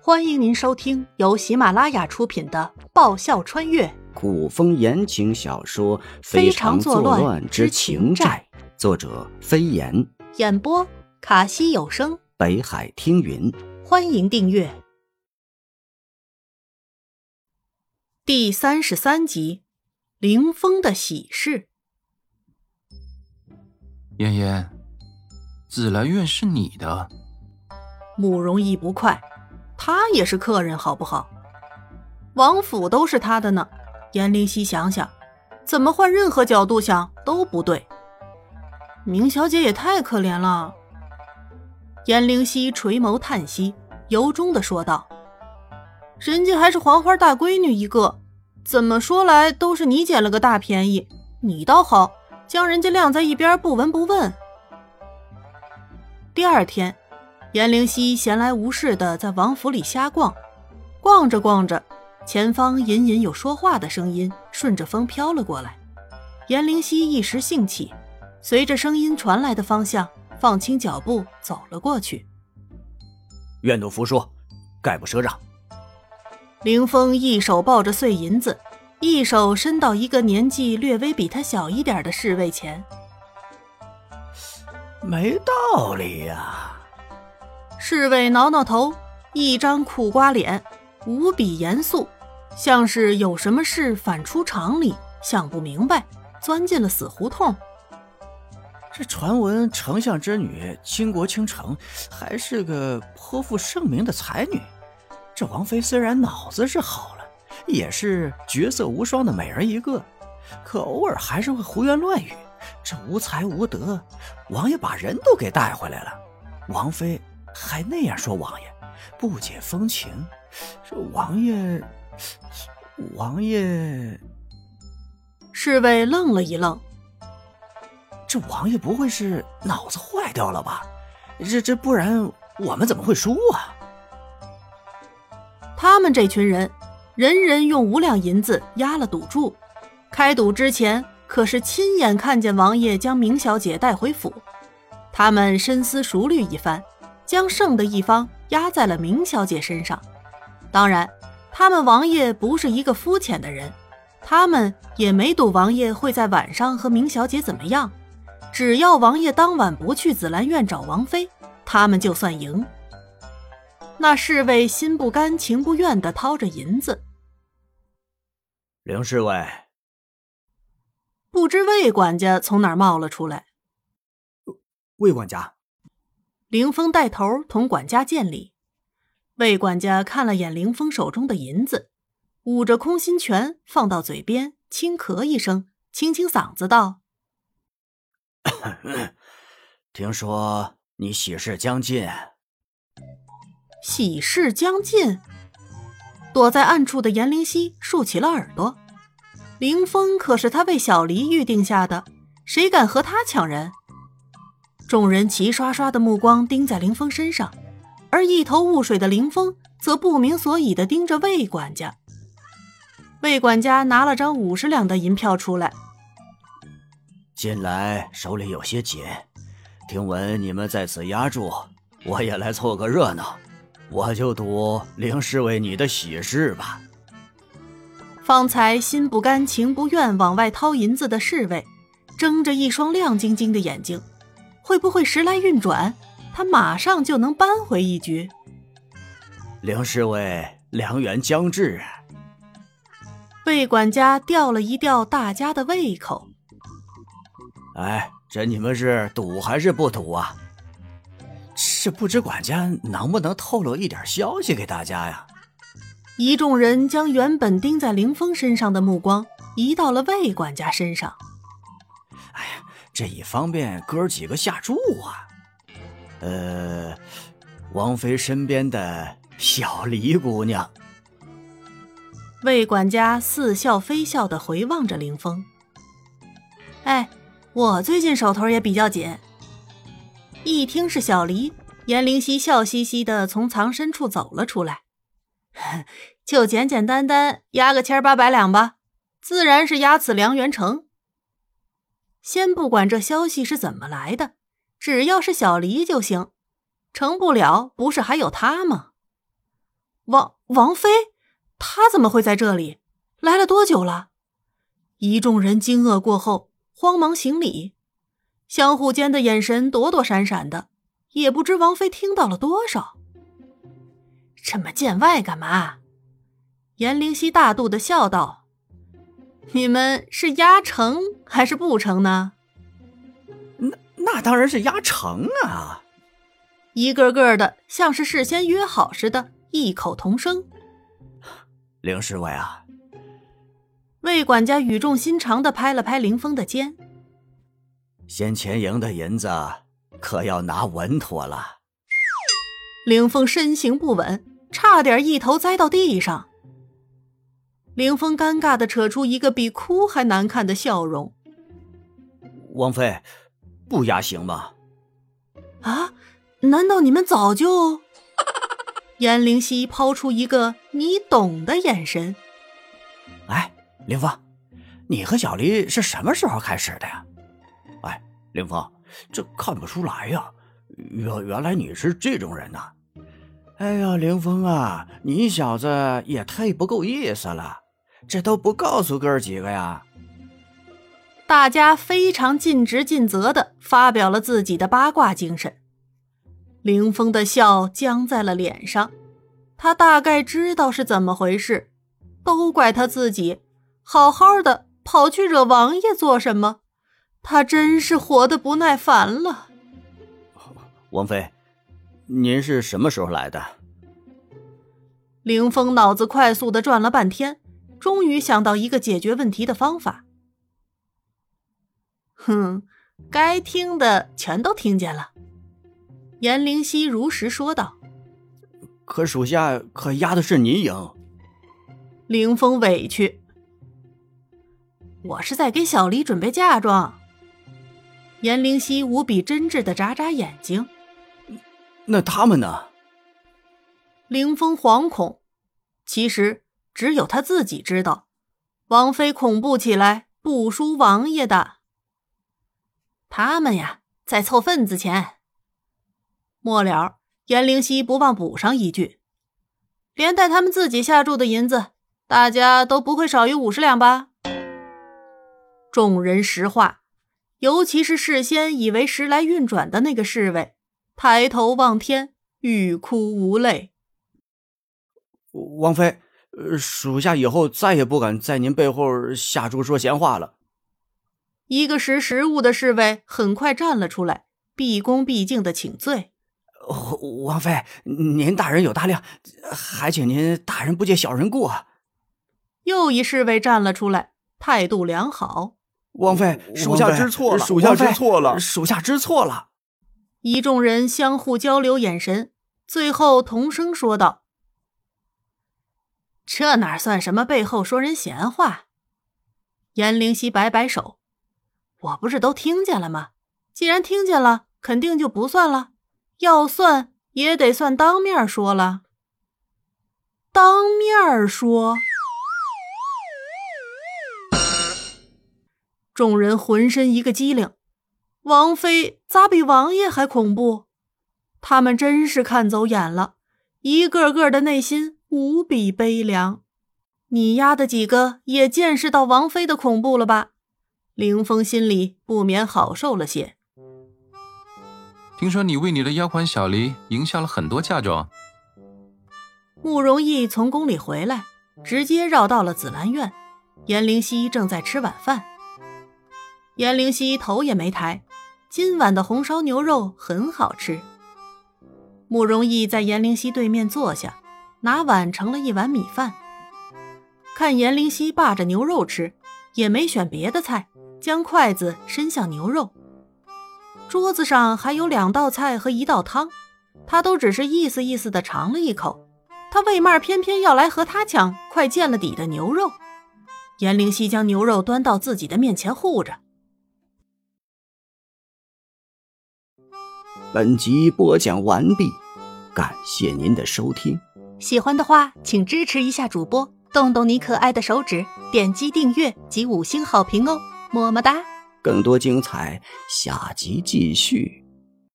欢迎您收听由喜马拉雅出品的《爆笑穿越古风言情小说《非常作乱之情债》，作者飞檐， 演播卡西有声， 北海听云。 欢迎订阅。第33集，凌风的喜事。 妍妍，紫兰院是你的。 慕容易不快，他也是客人好不好？王府都是他的呢。颜灵犀想想，怎么换任何角度想都不对。明小姐也太可怜了。颜灵犀垂眸叹息，由衷地说道：人家还是黄花大闺女一个，怎么说来都是你捡了个大便宜，你倒好，将人家晾在一边不闻不问。第二天，颜灵犀闲来无事地在王府里瞎逛，逛着逛着，前方隐隐有说话的声音顺着风飘了过来。颜灵犀一时兴起，随着声音传来的方向放轻脚步走了过去。 愿赌服输，概不赊账。 凌风一手抱着碎银子，一手伸到一个年纪略微比他小一点的侍卫前。 没道理呀。 侍卫挠挠头，一张苦瓜脸，无比严肃，像是有什么事反出常理，想不明白，钻进了死胡同。 这传闻丞相之女倾国倾城，还是个颇负盛名的才女。这王妃虽然脑子是好了，也是绝色无双的美人一个，可偶尔还是会胡言乱语，这无才无德，王爷把人都给带回来了，王妃还那样说王爷，不解风情。这王爷…… 侍卫愣了一愣， 这王爷不会是脑子坏掉了吧？这不然我们怎么会输啊？ 他们这群人，人人用5两银子押了赌注，开赌之前可是亲眼看见王爷将明小姐带回府，他们深思熟虑一番，将胜的一方压在了明小姐身上。当然，他们王爷不是一个肤浅的人，他们也没赌王爷会在晚上和明小姐怎么样，只要王爷当晚不去紫兰院找王妃，他们就算赢。那侍卫心不甘情不愿地掏着银子。 凌侍卫， 不知魏管家从哪儿冒了出来。 魏管家。 凌风带头同管家见礼。魏管家看了眼凌风手中的银子，捂着空心拳放到嘴边，轻咳一声，清清嗓子道： 听说你喜事将近。 喜事将近？躲在暗处的颜灵犀竖起了耳朵。凌风可是他为小离预定下的，谁敢和他抢人？众人齐刷刷的目光盯在凌风身上，而一头雾水的凌风则不明所以地盯着魏管家。魏管家拿了张50两的银票出来。 近来手里有些紧，听闻你们在此压住，我也来凑个热闹，我就赌凌侍卫你的喜事吧。 方才心不甘情不愿往外掏银子的侍卫，睁着一双亮晶晶的眼睛，会不会时来运转，他马上就能扳回一局？ 凌侍卫，良缘将至。 魏管家吊了一吊大家的胃口。 哎，这你们是赌还是不赌啊？这不知管家能不能透露一点消息给大家呀？ 一众人将原本盯在凌风身上的目光移到了魏管家身上。 哎呀，这也方便哥几个下注啊。王妃身边的小黎姑娘。 魏管家似笑非笑地回望着凌风。哎，我最近手头也比较紧。一听是小黎，颜灵犀笑嘻嘻地从藏身处走了出来。就简简单单押个1800两吧，自然是押此梁元成。先不管这消息是怎么来的，只要是小黎就行，成不了不是还有他吗？ 王妃？她怎么会在这里？来了多久了？一众人惊愕过后，慌忙行礼，相互间的眼神躲躲闪闪的，也不知王妃听到了多少。这么见外干嘛？颜灵犀大度地笑道：你们是压成还是不成呢？ 那当然是压成啊！ 一个个的像是事先约好似的，异口同声。 凌侍卫啊！ 魏管家语重心长地拍了拍凌风的肩。 先前赢的银子可要拿稳妥了。 凌风身形不稳，差点一头栽到地上。凌风尴尬地扯出一个比哭还难看的笑容。 王妃，不压行吗？ 啊？难道你们早就……颜灵犀抛出一个你懂的眼神。 哎，凌风，你和小黎是什么时候开始的呀？哎，凌风，这看不出来呀，原来你是这种人呐。哎呀，凌风啊，你小子也太不够意思了，这都不告诉哥儿几个呀。 大家非常尽职尽责地发表了自己的八卦精神。凌风的笑僵在了脸上，他大概知道是怎么回事，都怪他自己，好好的跑去惹王爷做什么？他真是活得不耐烦了。 王妃，您是什么时候来的？ 凌风脑子快速地转了半天，终于想到一个解决问题的方法。该听的全都听见了。颜灵犀如实说道。 可属下可压的是您赢。 凌风委屈。我是在给小黎准备嫁妆。颜灵犀无比真挚地眨眨眼睛。 那他们呢？ 凌风惶恐，其实只有他自己知道，王妃恐怖起来不输王爷的。他们呀，在凑份子钱。末了，颜灵犀不忘补上一句：连带他们自己下注的银子，大家都不会少于50两吧？众人实话，尤其是事先以为时来运转的那个侍卫，抬头望天，欲哭无泪。 王妃，属下以后再也不敢在您背后下注说闲话了。 一个识时务的侍卫很快站了出来，毕恭毕敬地请罪。 王妃，您大人有大量，还请您大人不借小人过。 又一侍卫站了出来，态度良好。 王妃，属下知错了，属下知错了，属下知错了。 一众人相互交流眼神，最后同声说道：这哪算什么背后说人闲话？颜灵犀摆摆手：我不是都听见了吗？既然听见了，肯定就不算了，要算也得算当面说了。当面说？众人浑身一个机灵，王妃咋比王爷还恐怖？他们真是看走眼了，一个个的内心无比悲凉。你丫的几个也见识到王妃的恐怖了吧？凌风心里不免好受了些。 听说你为你的丫鬟小黎赢下了很多嫁妆。 慕容易从宫里回来，直接绕到了紫兰院。颜灵犀正在吃晚饭。颜灵犀头也没抬，今晚的红烧牛肉很好吃。慕容易在颜灵犀对面坐下，拿碗盛了一碗米饭。看颜灵犀霸着牛肉吃，也没选别的菜，将筷子伸向牛肉。桌子上还有2道菜和1道汤，他都只是意思意思地尝了一口。他为嘛偏偏要来和他抢快见了底的牛肉？颜灵犀将牛肉端到自己的面前护着。 本集播讲完毕，感谢您的收听。 喜欢的话，请支持一下主播，动动你可爱的手指，点击订阅及5星好评哦，么么哒！ 更多精彩，下集继续。